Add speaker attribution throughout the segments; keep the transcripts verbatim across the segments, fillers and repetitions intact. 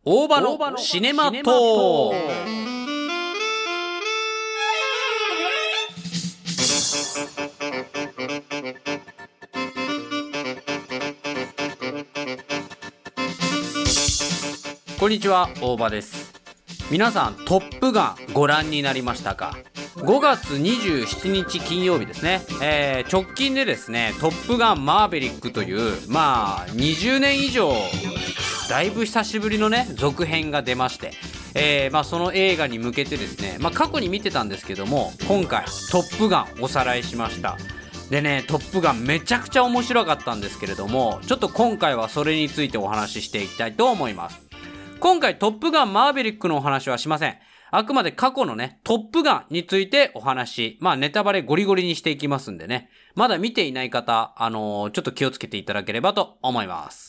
Speaker 1: 大場のシネマトーク。こんにちは、大場です。皆さん、トップガンご覧になりましたか？ごがつにじゅうしちにち金曜日ですね、えー、直近でですね、トップガンマーヴェリックという、まあにじゅうねん以上だいぶ久しぶりのね続編が出まして、えーまあ、その映画に向けてですね、まあ、過去に見てたんですけども、今回トップガンおさらいしました。でね、トップガンめちゃくちゃ面白かったんですけれども、ちょっと今回はそれについてお話ししていきたいと思います。今回トップガンマーヴェリックのお話はしません。あくまで過去のね、トップガンについてお話、まあネタバレゴリゴリにしていきますんでね、まだ見ていない方、あのー、ちょっと気をつけていただければと思います。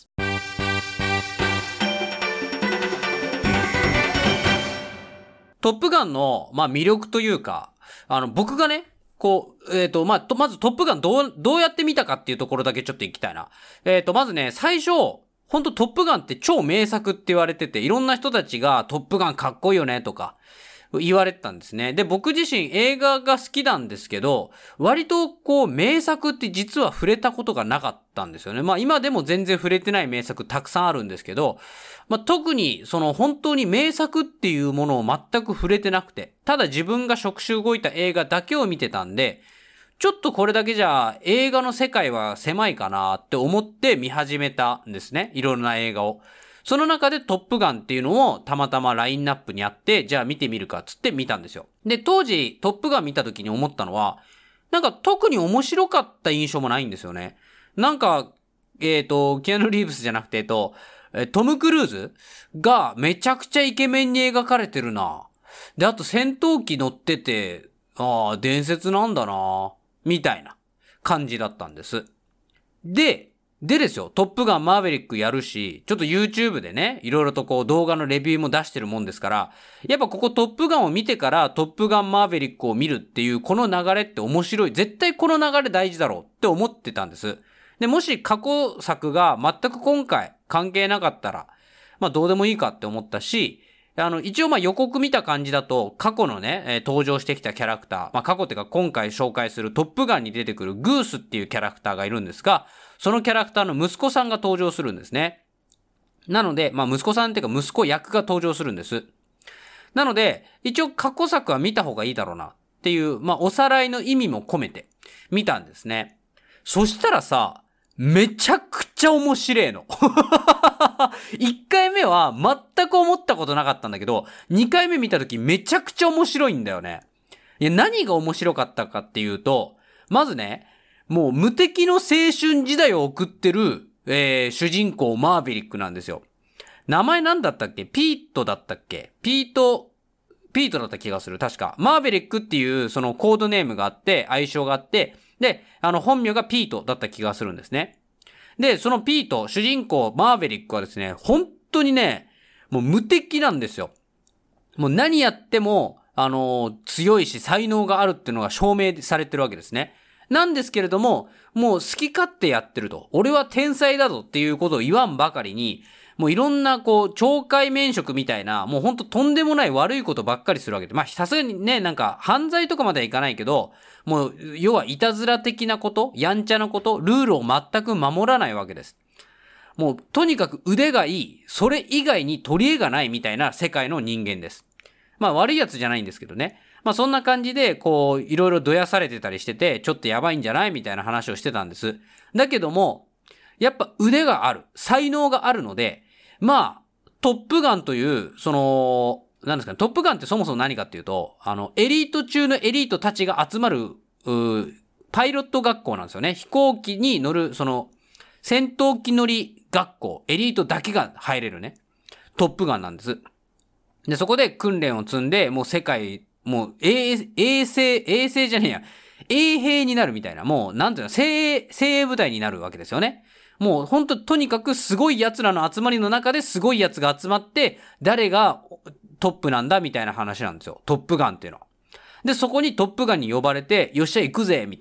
Speaker 1: トップガンの、まあ魅力というか、あの、僕がね、こう、えっと、まあ、と、まずトップガンどう、どうやって見たかっていうところだけちょっと行きたいな。えっと、まずね、最初、ほんとトップガンって超名作って言われてて、いろんな人たちがトップガンかっこいいよねとか言われてたんですね。で、僕自身映画が好きなんですけど、割とこう名作って実は触れたことがなかったんですよね。まあ今でも全然触れてない名作たくさんあるんですけど、まあ特にその本当に名作っていうものを全く触れてなくて、ただ自分が触手動いた映画だけを見てたんで、ちょっとこれだけじゃ映画の世界は狭いかなって思って見始めたんですね。いろんな映画を。その中でトップガンっていうのをたまたまラインナップにあって、じゃあ見てみるかっつって見たんですよ。で、当時トップガン見た時に思ったのは、なんか特に面白かった印象もないんですよね。なんか、えっと、キアヌ・リーブスじゃなくて、えっと、トム・クルーズがめちゃくちゃイケメンに描かれてるな。で、あと戦闘機乗ってて、ああ、伝説なんだな。みたいな感じだったんです。で、でですよ、トップガンマーヴェリックやるし、ちょっと YouTube でね、いろいろとこう動画のレビューも出してるもんですから、やっぱここトップガンを見てからトップガンマーヴェリックを見るっていうこの流れって面白い。絶対この流れ大事だろうって思ってたんです。で、もし過去作が全く今回関係なかったら、まあどうでもいいかって思ったし、あの、一応まあ予告見た感じだと、過去のね、えー、登場してきたキャラクター、まあ過去っていうか今回紹介するトップガンに出てくるグースっていうキャラクターがいるんですが、そのキャラクターの息子さんが登場するんですね。なので、まあ息子さんっていうか息子役が登場するんです。なので、一応過去作は見た方がいいだろうなっていう、まあおさらいの意味も込めて見たんですね。そしたらさ、めちゃくちゃ面白いの。いっかいめは全く思ったことなかったんだけど、にかいめ見たときめちゃくちゃ面白いんだよね。いや、何が面白かったかっていうと、まずね、もう無敵の青春時代を送ってる、えー、主人公マーヴェリックなんですよ。名前なんだったっけ？ピートだったっけ？ピート、ピートだった気がする。確か。マーヴェリックっていうそのコードネームがあって、愛称があって、で、あの本名がピートだった気がするんですね。で、そのピート、主人公マーヴェリックはですね、本当にね、もう無敵なんですよ。もう何やっても、あのー、強いし才能があるっていうのが証明されてるわけですね。なんですけれども、もう好き勝手やってると。俺は天才だぞっていうことを言わんばかりに、もういろんなこう、懲戒免職みたいな、もうほんととんでもない悪いことばっかりするわけで。まあ、さすがにね、なんか犯罪とかまではいかないけど、もう、要はいたずら的なこと、やんちゃなこと、ルールを全く守らないわけです。もう、とにかく腕がいい、それ以外に取り柄がないみたいな世界の人間です。まあ、悪いやつじゃないんですけどね。まあ、そんな感じで、こう、いろいろどやされてたりしてて、ちょっとやばいんじゃないみたいな話をしてたんです。だけども、やっぱ腕がある、才能があるので、まあ、トップガンという、その、なんですかね、トップガンってそもそも何かっていうと、あの、エリート中のエリートたちが集まる、うパイロット学校なんですよね。飛行機に乗る、その、戦闘機乗り学校、エリートだけが入れるね、トップガンなんです。で、そこで訓練を積んで、もう世界、もう衛、衛星、衛星じゃねえや、衛兵になるみたいな、もう、なんていうの、精鋭、精鋭部隊になるわけですよね。もうほんととにかくすごい奴らの集まりの中ですごい奴が集まって誰がトップなんだみたいな話なんですよ。トップガンっていうのは。で、そこにトップガンに呼ばれてよっしゃ行くぜみたいな。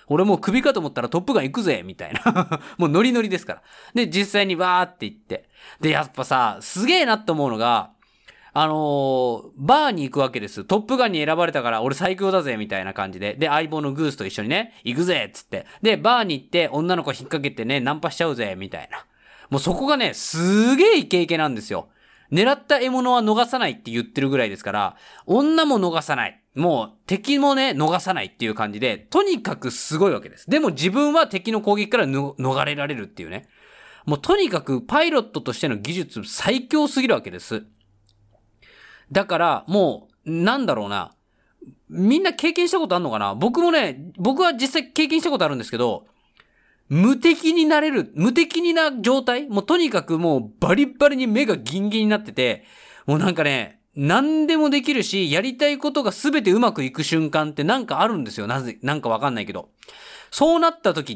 Speaker 1: 俺もう首かと思ったらトップガン行くぜみたいな。もうノリノリですから。で、実際にわーって行って。で、やっぱさ、すげえなって思うのが、あのー、バーに行くわけです。トップガンに選ばれたから俺最強だぜみたいな感じで。で、相棒のグースと一緒にね、行くぜっつって。で、バーに行って女の子引っ掛けてね、ナンパしちゃうぜみたいな。もうそこがね、すげえイケイケなんですよ。狙った獲物は逃さないって言ってるぐらいですから、女も逃さない。もう敵もね、逃さないっていう感じで、とにかくすごいわけです。でも自分は敵の攻撃からの逃れられるっていうね。もうとにかくパイロットとしての技術最強すぎるわけです。だから、もう、なんだろうな。みんな経験したことあるのかな？僕もね、僕は実際経験したことあるんですけど、無敵になれる、無敵な状態？もうとにかくもうバリバリに目がギンギンになってて、もうなんかね、何でもできるし、やりたいことが全てうまくいく瞬間ってなんかあるんですよ。なぜ、なんかわかんないけど。そうなった時って、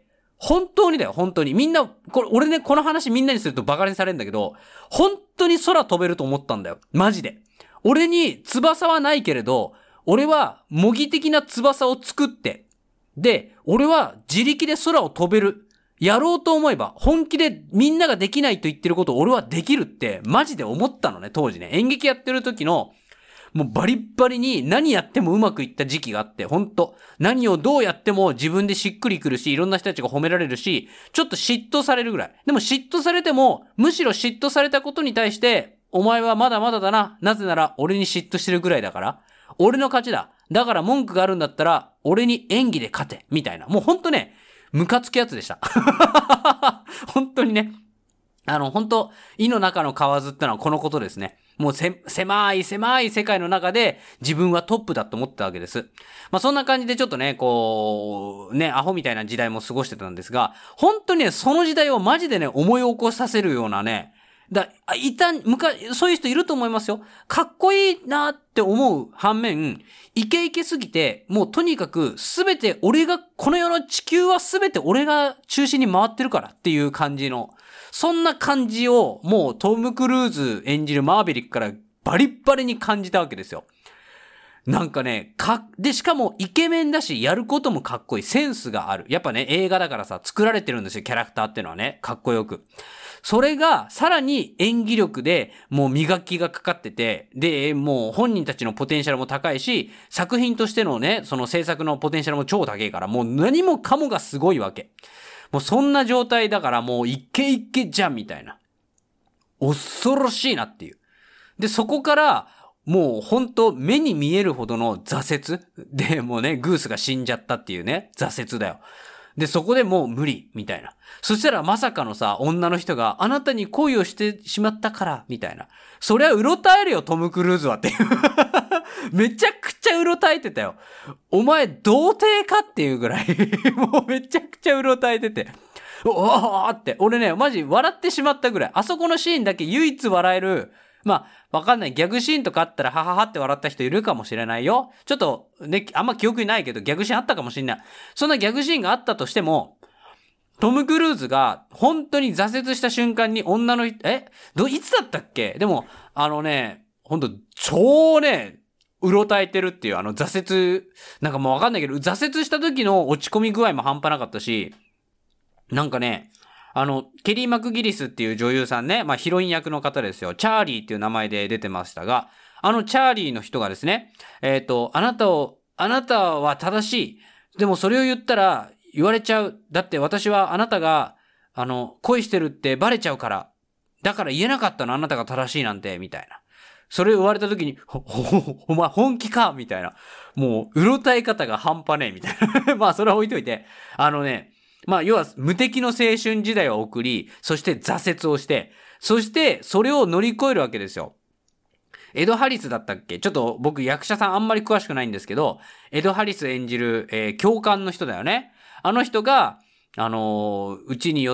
Speaker 1: 本当にだよ、本当に。みんな、これ、俺ね、この話みんなにするとバカにされるんだけど、本当に空飛べると思ったんだよ。マジで。俺に翼はないけれど、俺は模擬的な翼を作って、で、俺は自力で空を飛べる。やろうと思えば、本気でみんなができないと言ってることを俺はできるって、マジで思ったのね、当時ね。演劇やってる時の、もうバリッバリに何やってもうまくいった時期があって、ほんと。何をどうやっても自分でしっくりくるし、いろんな人たちが褒められるし、ちょっと嫉妬されるぐらい。でも嫉妬されても、むしろ嫉妬されたことに対して、お前はまだまだだな。なぜなら俺に嫉妬してるぐらいだから。俺の勝ちだ。だから文句があるんだったら、俺に演技で勝て。みたいな。もうほんとね、ムカつくやつでした。本当にね。あの、本当井の中の蛙ってのはこのことですね。もうせ、狭い狭い世界の中で自分はトップだと思ったわけです。まあそんな感じでちょっとね、こう、ね、アホみたいな時代も過ごしてたんですが、本当にね、その時代をマジでね、思い起こさせるようなね、だ、いた、むか、そういう人いると思いますよ。かっこいいなって思う反面、イケイケすぎて、もうとにかくすべて俺が、この世の地球はすべて俺が中心に回ってるからっていう感じの、そんな感じをもうトム・クルーズ演じるマーヴェリックからバリッバリに感じたわけですよ。なんかね、か、で、しかもイケメンだし、やることもかっこいい。センスがある。やっぱね、映画だからさ、作られてるんですよ、キャラクターっていうのはね。かっこよく。それが、さらに演技力で、もう磨きがかかってて、で、もう本人たちのポテンシャルも高いし、作品としてのね、その制作のポテンシャルも超高いから、もう何もかもがすごいわけ。もうそんな状態だから、もうイケイケじゃん、みたいな。恐ろしいなっていう。で、そこから、もうほんと目に見えるほどの挫折で、もうね、グースが死んじゃったっていうね、挫折だよ。で、そこでもう無理、みたいな。そしたらまさかのさ、女の人があなたに恋をしてしまったから、みたいな。そりゃうろたえるよ、トム・クルーズはっていう。めちゃくちゃうろたえてたよ。お前、童貞かっていうぐらい。もうめちゃくちゃうろたえてて。おーって。俺ね、マジ笑ってしまったぐらい。あそこのシーンだけ唯一笑える、まあ、わかんない。ギャグシーンとかあったら、はははって笑った人いるかもしれないよ。ちょっと、ね、あんま記憶にないけど、ギャグシーンあったかもしれない。そんなギャグシーンがあったとしても、トム・クルーズが、本当に挫折した瞬間に女の人、えど、いつだったっけ？でも、あのね、ほんと、超ね、うろたえてるっていう、あの挫折、なんかもうわかんないけど、挫折した時の落ち込み具合も半端なかったし、なんかね、あの、ケリー・マクギリスっていう女優さんね、まあヒロイン役の方ですよ。チャーリーっていう名前で出てましたが、あのチャーリーの人がですね、えっと、あなたを、あなたは正しい。でもそれを言ったら言われちゃう。だって私はあなたが、あの、恋してるってバレちゃうから。だから言えなかったの、あなたが正しいなんて、みたいな。それを言われた時に、ほ、ほ、お前本気かみたいな。もう、うろたえ方が半端ねえ、みたいな。まあ、それは置いといて。あのね、まあ、要は、無敵の青春時代を送り、そして挫折をして、そして、それを乗り越えるわけですよ。エド・ハリスだったっけ？ちょっと僕役者さんあんまり詳しくないんですけど、エド・ハリス演じる、えー、教官の人だよね。あの人が、あのー、うちによって、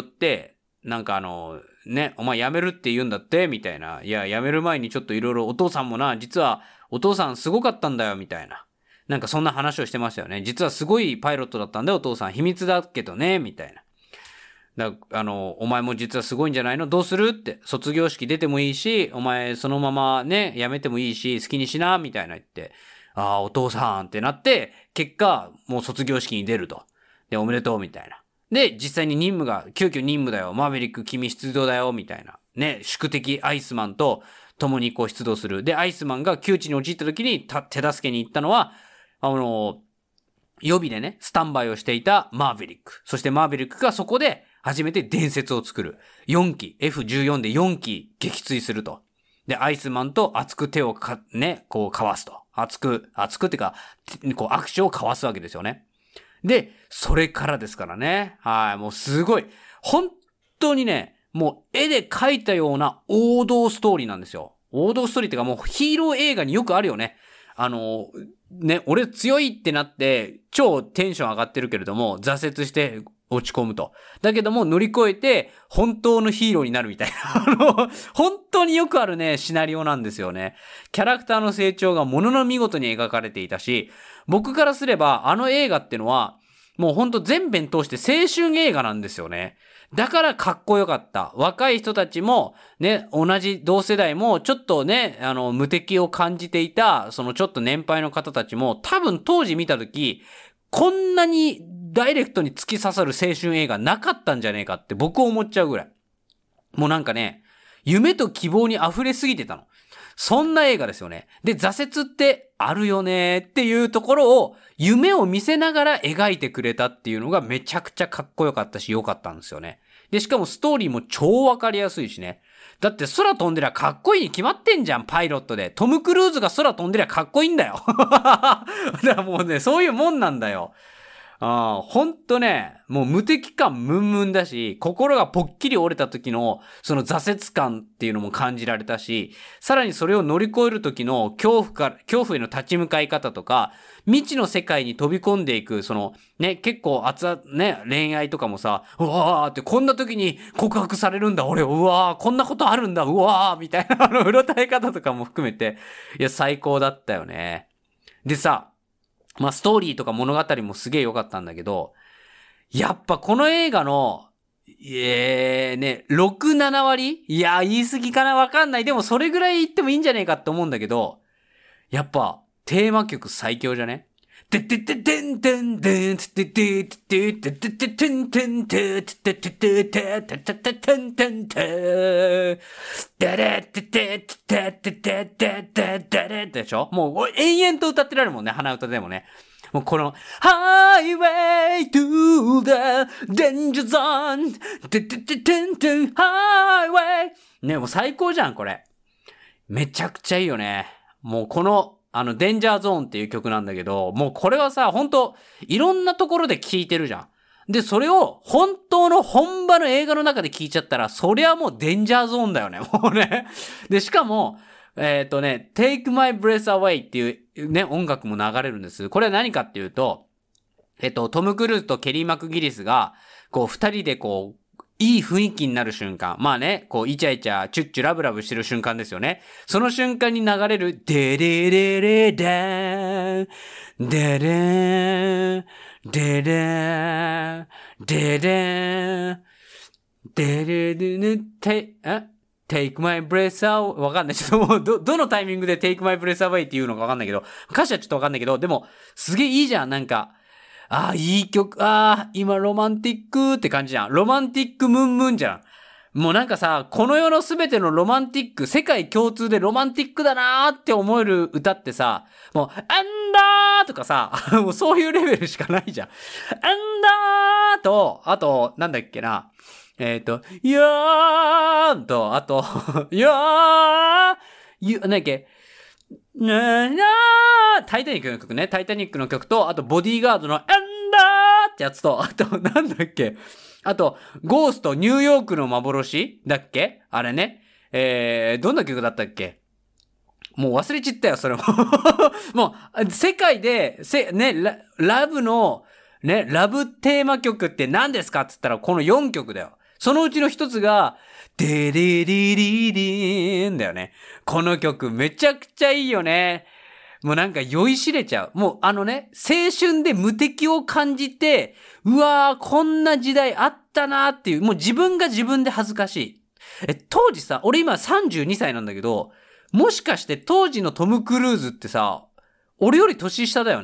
Speaker 1: なんかあのー、ね、お前辞めるって言うんだって、みたいな。いや、辞める前にちょっといろいろお父さんもな、実はお父さんすごかったんだよ、みたいな。なんかそんな話をしてましたよね。実はすごいパイロットだったんだよ、お父さん。秘密だけどね、みたいな。だあの、お前も実はすごいんじゃないの？どうする？って。卒業式出てもいいし、お前そのままね、辞めてもいいし、好きにしな、みたいな言って。ああ、お父さんってなって、結果、もう卒業式に出ると。 で、おめでとうみたいな。で、実際に任務が、急遽任務だよ。マーヴェリック君出動だよ。みたいな。ね、宿敵アイスマンと共にこう出動する。で、アイスマンが窮地に陥った時に手助けに行ったのは、あの、予備でね、スタンバイをしていたマーヴェリック。そしてマーヴェリックがそこで初めて伝説を作る。よんき、エフじゅうよん でよんき撃墜すると。で、アイスマンと熱く手をか、ね、こう交わすと。熱く、熱くってか、こう握手を交わすわけですよね。で、それからですからね。はい、もうすごい。本当にね、もう絵で描いたような王道ストーリーなんですよ。王道ストーリーってかもうヒーロー映画によくあるよね。あの、ね、俺強いってなって、超テンション上がってるけれども、挫折して落ち込むと。だけども乗り越えて、本当のヒーローになるみたいな。あの、本当によくあるね、シナリオなんですよね。キャラクターの成長がものの見事に描かれていたし、僕からすれば、あの映画ってのは、もうほんと全編通して青春映画なんですよね。だからかっこよかった。若い人たちも、ね、同じ同世代も、ちょっとね、あの、無敵を感じていた、そのちょっと年配の方たちも、多分当時見たとき、こんなにダイレクトに突き刺さる青春映画なかったんじゃねえかって僕思っちゃうぐらい。もうなんかね、夢と希望に溢れすぎてたの。そんな映画ですよね。で、挫折ってあるよねっていうところを夢を見せながら描いてくれたっていうのがめちゃくちゃかっこよかったし良かったんですよね。で、しかもストーリーも超わかりやすいしね。だって空飛んでりゃかっこいいに決まってんじゃん、パイロットで。トム・クルーズが空飛んでりゃかっこいいんだよ。だからもうね、そういうもんなんだよ。ああ、ほんとね、もう無敵感ムンムンだし、心がぽっきり折れた時のその挫折感っていうのも感じられたし、さらにそれを乗り越える時の恐怖から、恐怖への立ち向かい方とか、未知の世界に飛び込んでいく、そのね、結構熱々ね、恋愛とかもさ、うわーってこんな時に告白されるんだ、俺、うわー、こんなことあるんだ、うわー、みたいなあの、うろたえ方とかも含めて、いや、最高だったよね。でさ、まあ、ストーリーとか物語もすげえ良かったんだけど、やっぱこの映画の、えー、ね、ろく、ななわりいや、言い過ぎかなわかんない。でもそれぐらい言ってもいいんじゃねえかって思うんだけど、やっぱ、テーマ曲最強じゃね？てってっててんてんてんてってってってってってっててんてんてってってってってってっててんてんててれってってってってってってってれでしょ？もう延々と歌ってられるもんね、鼻歌でもね。もうこの Highway to the Danger Zone てってっててんてん Highway ね、もう最高じゃん、これ。めちゃくちゃいいよね。もうこのあの、デンジャーゾーンっていう曲なんだけど、もうこれはさ、ほんと、いろんなところで聴いてるじゃん。で、それを、本当の本場の映画の中で聴いちゃったら、そりゃもうデンジャーゾーンだよね、もうね。で、しかも、えっとね、Take My Breath Away っていうね、音楽も流れるんです。これは何かっていうと、えっと、トム・クルーズとケリー・マクギリスが、こう、二人でこう、いい雰囲気になる瞬間。まあね、こう、イチャイチャ、チュッチュラブラブしてる瞬間ですよね。その瞬間に流れる、デレレレダーン、デレーン、デレーン、デレーン、デレレレテ、え ?take my breath away わかんない。ちょっともう、ど、どのタイミングで take my breath away っていうのかわかんないけど、歌詞はちょっとわかんないけど、でも、すげえいいじゃん、なんか。ああ、いい曲、ああ、今ロマンティックって感じじゃん。ロマンティックムンムンじゃん。もうなんかさ、この世のすべてのロマンティック、世界共通でロマンティックだなーって思える歌ってさ、もう、アンダーとかさ、もうそういうレベルしかないじゃん。アンダーと、あと、なんだっけな。えっと、やーんと、あと、やー、ゆ、なんだっけ。ななタイタニックの曲ね。タイタニックの曲と、あとボディーガードのアンダーってやつと、あとなんだっけ。あと、ゴーストニューヨークの幻だっけあれね。えー、どんな曲だったっけもう忘れちったよ、それも。もう、世界で、せ、ね、ラ、ラブの、ね、ラブテーマ曲って何ですかって言ったらこのよんきょくだよ。そのうちの一つが、デリリリリーンだよね。この曲めちゃくちゃいいよね。もうなんか酔いしれちゃう。もうあのね、青春で無敵を感じて、うわーこんな時代あったなーっていう、もう自分が自分で恥ずかしい。え、当時さ、俺今さんじゅうにさいなんだけど、もしかして当時のトム・クルーズってさ、俺より年下だよね。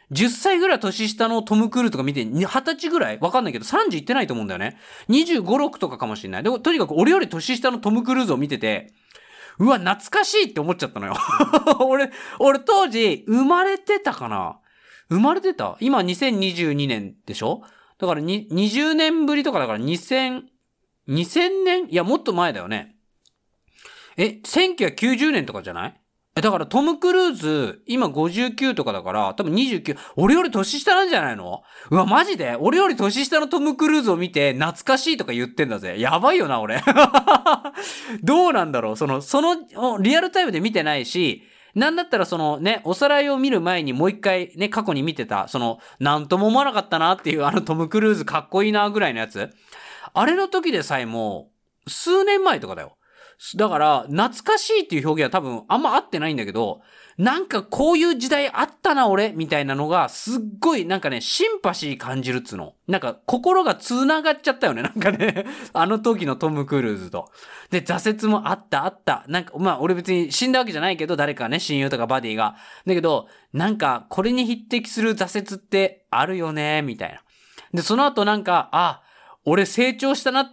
Speaker 1: じゅっさいぐらい年下のトム・クルーズとか見て、はたちぐらいわかんないけど、さんじゅういってないと思うんだよね。にじゅうご、ろくとかかもしれない。でも、とにかく俺より年下のトム・クルーズを見てて、うわ、懐かしいって思っちゃったのよ。俺、俺当時、生まれてたかな？生まれてた？今にせんにじゅうにねんでしょ？だからに、にじゅうねんぶりとかだからにせん、にせんねん？いや、もっと前だよね。え、せんきゅうひゃくきゅうじゅうねんとかじゃない？え、だからトム・クルーズ、今ごじゅうきゅうとかだから、多分にじゅうきゅう、俺より年下なんじゃないの？うわ、マジで？俺より年下のトム・クルーズを見て、懐かしいとか言ってんだぜ。やばいよな、俺。どうなんだろう？その、その、リアルタイムで見てないし、なんだったらそのね、おさらいを見る前にもう一回ね、過去に見てた、その、なんとも思わなかったなっていうあのトム・クルーズかっこいいなぐらいのやつ。あれの時でさえも、数年前とかだよ。だから、懐かしいっていう表現は多分あんま合ってないんだけど、なんかこういう時代あったな俺みたいなのがすっごいなんかね、シンパシー感じるっつうの。なんか心が繋がっちゃったよね。なんかね、あの時のトム・クルーズと。で、挫折もあったあった。なんか、まあ俺別に死んだわけじゃないけど、誰かね、親友とかバディが。だけど、なんかこれに匹敵する挫折ってあるよね、みたいな。で、その後なんか、あ、俺成長したなって、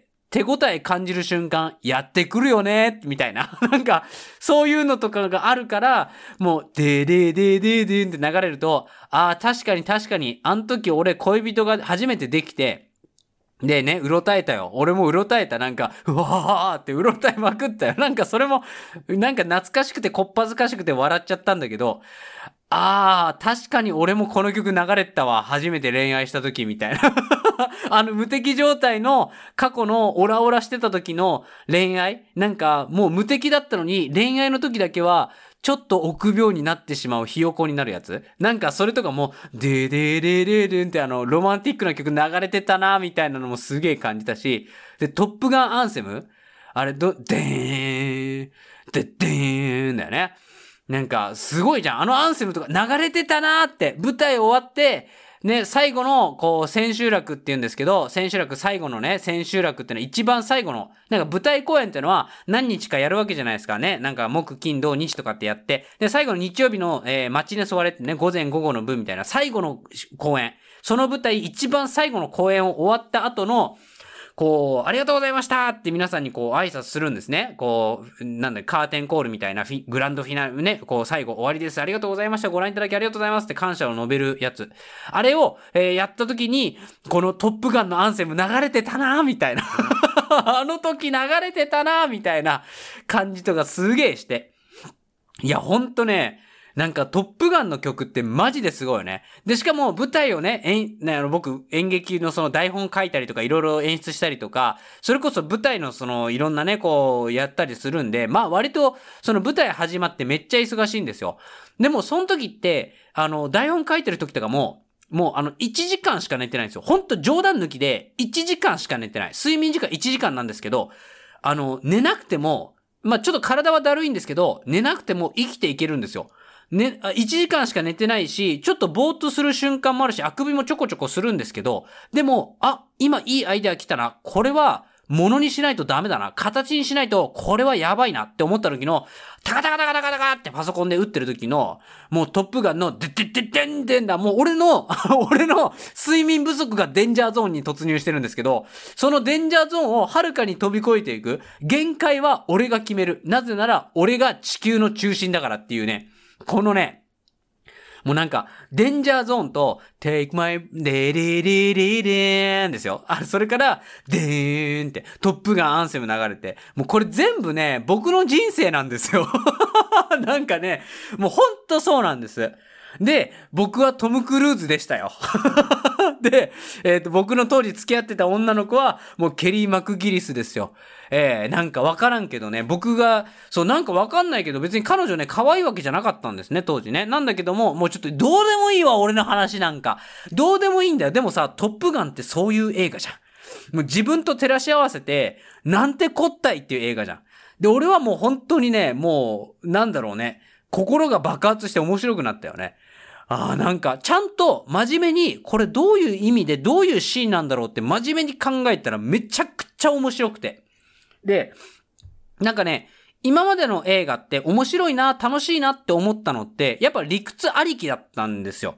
Speaker 1: 手応え感じる瞬間、やってくるよね、みたいな。なんか、そういうのとかがあるから、もう、でーでーでーでーでーって流れると、ああ、確かに確かに、あの時俺恋人が初めてできて、でね、うろたえたよ。俺もうろたえた。なんか、うわーってうろたえまくったよ。なんかそれも、なんか懐かしくてこっぱずかしくて笑っちゃったんだけど、あー、確かに俺もこの曲流れてたわ。初めて恋愛した時みたいな。あの無敵状態の過去のオラオラしてた時の恋愛なんかもう無敵だったのに恋愛の時だけはちょっと臆病になってしまうひよこになるやつなんかそれとかもデーデーデーデーデーンってあのロマンティックな曲流れてたなみたいなのもすげえ感じたしでトップガンアンセムあれど、デーンデッデーンだよねなんかすごいじゃんあのアンセムとか流れてたなーって舞台終わってね、最後の、こう、千秋楽って言うんですけど、千秋楽最後のね、千秋楽ってのは一番最後の、なんか舞台公演ってのは何日かやるわけじゃないですかね。なんか木、金、土、日とかってやって、で、最後の日曜日の、えー、マチネソワレってね、午前午後の分みたいな最後の公演。その舞台一番最後の公演を終わった後の、こう、ありがとうございましたって皆さんにこう挨拶するんですね。こう、なんだ、カーテンコールみたいなフィグランドフィナーレね、こう最後終わりです。ありがとうございました。ご覧いただきありがとうございますって感謝を述べるやつ。あれを、えー、やった時に、このトップガンのアンセム流れてたなーみたいな。あの時流れてたなーみたいな感じとかすげーして。いや、ほんとね、なんかトップガンの曲ってマジですごいよね。で、しかも舞台をね、えん、ね、あの僕演劇のその台本書いたりとかいろいろ演出したりとか、それこそ舞台のそのいろんなね、こうやったりするんで、まあ割とその舞台始まってめっちゃ忙しいんですよ。でもその時って、あの台本書いてる時とかも、もうあのいちじかんしか寝てないんですよ。ほんと冗談抜きでいちじかんしか寝てない。睡眠時間いちじかんなんですけど、あの寝なくても、まあちょっと体はだるいんですけど、寝なくても生きていけるんですよ。ね、いちじかんしか寝てないし、ちょっとぼーっとする瞬間もあるし、あくびもちょこちょこするんですけど、でも、あ、今いいアイデア来たな。これは、ものにしないとダメだな。形にしないと、これはやばいなって思った時の、タカタカタカタカタカってパソコンで打ってる時の、もうトップガンの、デッデッデッデンデンだ。もう俺の、俺の睡眠不足がデンジャーゾーンに突入してるんですけど、そのデンジャーゾーンをはるかに飛び越えていく。限界は俺が決める。なぜなら、俺が地球の中心だからっていうね。このね、もうなんか、デンジャーゾーンと、take my, デレレレレーンですよ。あ、それから、デーンって、トップガンアンセム流れて、もうこれ全部ね、僕の人生なんですよ。なんかね、もうほんとそうなんです。で、僕はトム・クルーズでしたよ。で、えっと、僕の当時付き合ってた女の子は、もうケリー・マクギリスですよ。えー、なんかわからんけどね、僕が、そう、なんかわかんないけど、別に彼女ね、可愛いわけじゃなかったんですね、当時ね。なんだけども、もうちょっと、どうでもいいわ、俺の話なんか。どうでもいいんだよ。でもさ、トップガンってそういう映画じゃん。もう自分と照らし合わせて、なんてこったいっていう映画じゃん。で、俺はもう本当にね、もう、なんだろうね、心が爆発して面白くなったよね。ああ、なんか、ちゃんと真面目に、これどういう意味でどういうシーンなんだろうって真面目に考えたらめちゃくちゃ面白くて。で、なんかね、今までの映画って面白いな、楽しいなって思ったのって、やっぱ理屈ありきだったんですよ。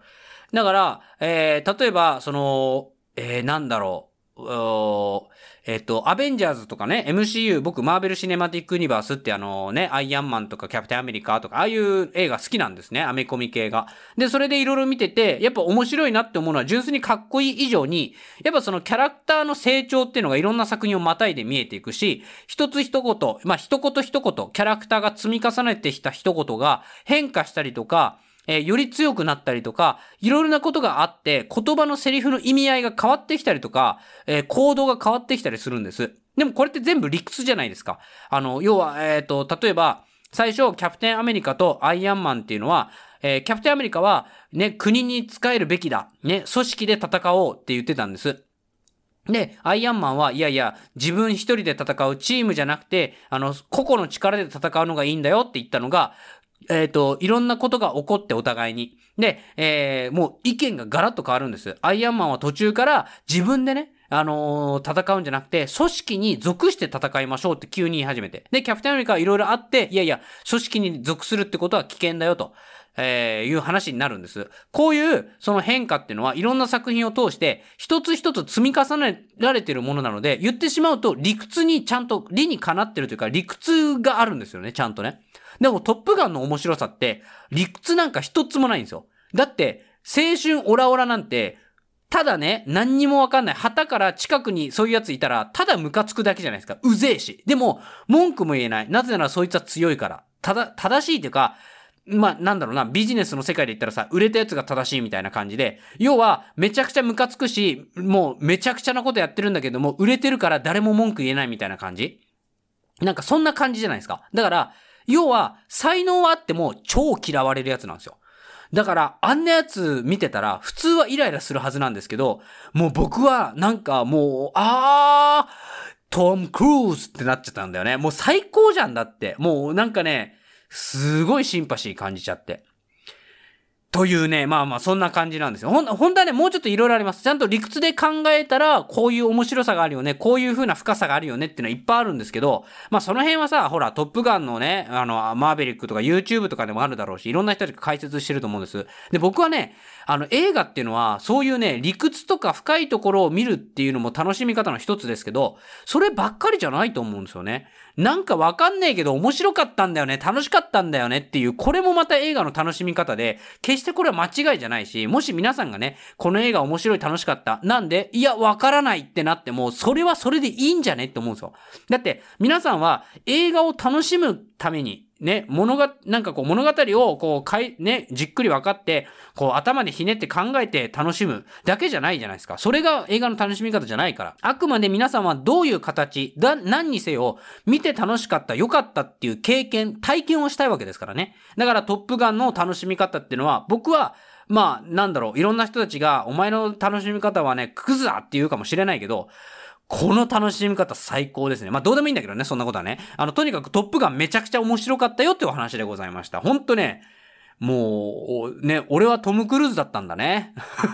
Speaker 1: だから、えー、例えば、その、えー、なんだろう、うえっと、アベンジャーズとかね、エムシーユー、僕、マーベル・シネマティック・ユニバースってあのね、アイアンマンとかキャプテン・アメリカとか、ああいう映画好きなんですね、アメコミ系が。で、それでいろいろ見てて、やっぱ面白いなって思うのは、純粋にかっこいい以上に、やっぱそのキャラクターの成長っていうのがいろんな作品をまたいで見えていくし、一つ一言、まあ一言一言、キャラクターが積み重ねてきた一言が変化したりとか、えー、より強くなったりとか、いろいろなことがあって、言葉のセリフの意味合いが変わってきたりとか、えー、行動が変わってきたりするんです。でもこれって全部理屈じゃないですか。あの、要は、えっと、例えば、最初、キャプテンアメリカとアイアンマンっていうのは、えー、キャプテンアメリカは、ね、国に仕えるべきだ。ね、組織で戦おうって言ってたんです。で、アイアンマンは、いやいや、自分一人で戦うチームじゃなくて、あの、個々の力で戦うのがいいんだよって言ったのが、えっと、いろんなことが起こってお互いに。で、えー、もう意見がガラッと変わるんです。アイアンマンは途中から自分でね、あのー、戦うんじゃなくて、組織に属して戦いましょうって急に言い始めて。で、キャプテンアメリカはいろいろあって、いやいや、組織に属するってことは危険だよと。えー、いう話になるんです。こういう、その変化っていうのは、いろんな作品を通して、一つ一つ積み重ねられているものなので、言ってしまうと、理屈にちゃんと、理にかなってるというか、理屈があるんですよね、ちゃんとね。でも、トップガンの面白さって、理屈なんか一つもないんですよ。だって、青春オラオラなんて、ただね、何にもわかんない。旗から近くにそういうやついたら、ただムカつくだけじゃないですか。うぜえし。でも、文句も言えない。なぜならそいつは強いから。ただ、正しいというか、まあ、なんだろうな、ビジネスの世界で言ったらさ、売れたやつが正しいみたいな感じで、要は、めちゃくちゃムカつくし、もうめちゃくちゃなことやってるんだけども、売れてるから誰も文句言えないみたいな感じ？なんかそんな感じじゃないですか。だから、要は、才能はあっても超嫌われるやつなんですよ。だから、あんなやつ見てたら、普通はイライラするはずなんですけど、もう僕は、なんかもう、あー、トム・クルーズってなっちゃったんだよね。もう最高じゃんだって。もうなんかね、すごいシンパシー感じちゃって。というね、まあまあそんな感じなんですよ。ほん、本当はね、もうちょっといろいろあります。ちゃんと理屈で考えたら、こういう面白さがあるよね、こういう風な深さがあるよねっていうのはいっぱいあるんですけど、まあその辺はさ、ほら、トップガンのね、あの、マーベリックとか YouTube とかでもあるだろうし、いろんな人たちが解説してると思うんです。で、僕はね、あの、映画っていうのは、そういうね、理屈とか深いところを見るっていうのも楽しみ方の一つですけど、そればっかりじゃないと思うんですよね。なんかわかんねえけど面白かったんだよね、楽しかったんだよねっていう、これもまた映画の楽しみ方で、決してこれは間違いじゃないし、もし皆さんがね、この映画面白い楽しかった。なんでいや、わからないってなっても、それはそれでいいんじゃねって思うんですよ。だって、皆さんは映画を楽しむために、ね、物が、なんかこう物語をこうかい、ね、じっくり分かって、こう頭でひねって考えて楽しむだけじゃないじゃないですか。それが映画の楽しみ方じゃないから。あくまで皆さんはどういう形、だ、何にせよ、見て楽しかった、良かったっていう経験、体験をしたいわけですからね。だからトップガンの楽しみ方っていうのは、僕は、まあ、なんだろう、いろんな人たちが、お前の楽しみ方はね、クズだって言うかもしれないけど、この楽しみ方最高ですね。まあどうでもいいんだけどね、そんなことはね。あの、とにかくトップガンめちゃくちゃ面白かったよっていうお話でございました。ほんとね、もう、ね、俺はトム・クルーズだったんだね。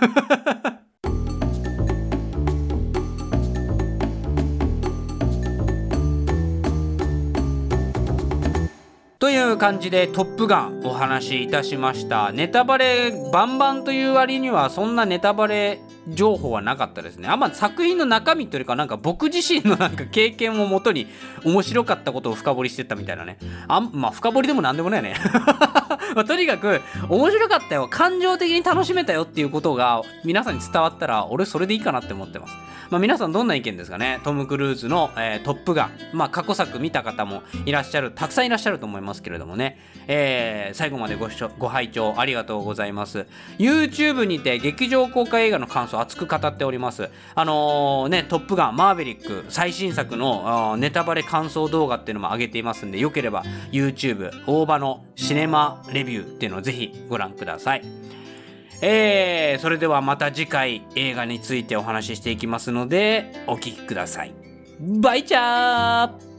Speaker 1: という感じでトップガンお話しいたしました。ネタバレバンバンという割にはそんなネタバレ情報はなかったですね。あんま作品の中身というかなんか僕自身のなんか経験をもとに面白かったことを深掘りしてったみたいなね。あんまあ深掘りでもなんでもないね。まあ、とにかく面白かったよ、感情的に楽しめたよっていうことが皆さんに伝わったら俺それでいいかなって思ってます。まあ皆さんどんな意見ですかね。トム・クルーズの、えー、トップガン、まあ過去作見た方もいらっしゃる、たくさんいらっしゃると思いますけれどもね、えー、最後までご視聴ご拝聴ありがとうございます。 YouTube にて劇場公開映画の感想を熱く語っております。あのー、ねトップガンマーヴェリック最新作のネタバレ感想動画っていうのも上げていますんで、よければ YouTube 大場のシネマレビューっていうのをぜひご覧ください。えー、それではまた次回映画についてお話ししていきますのでお聞きください。バイチャー。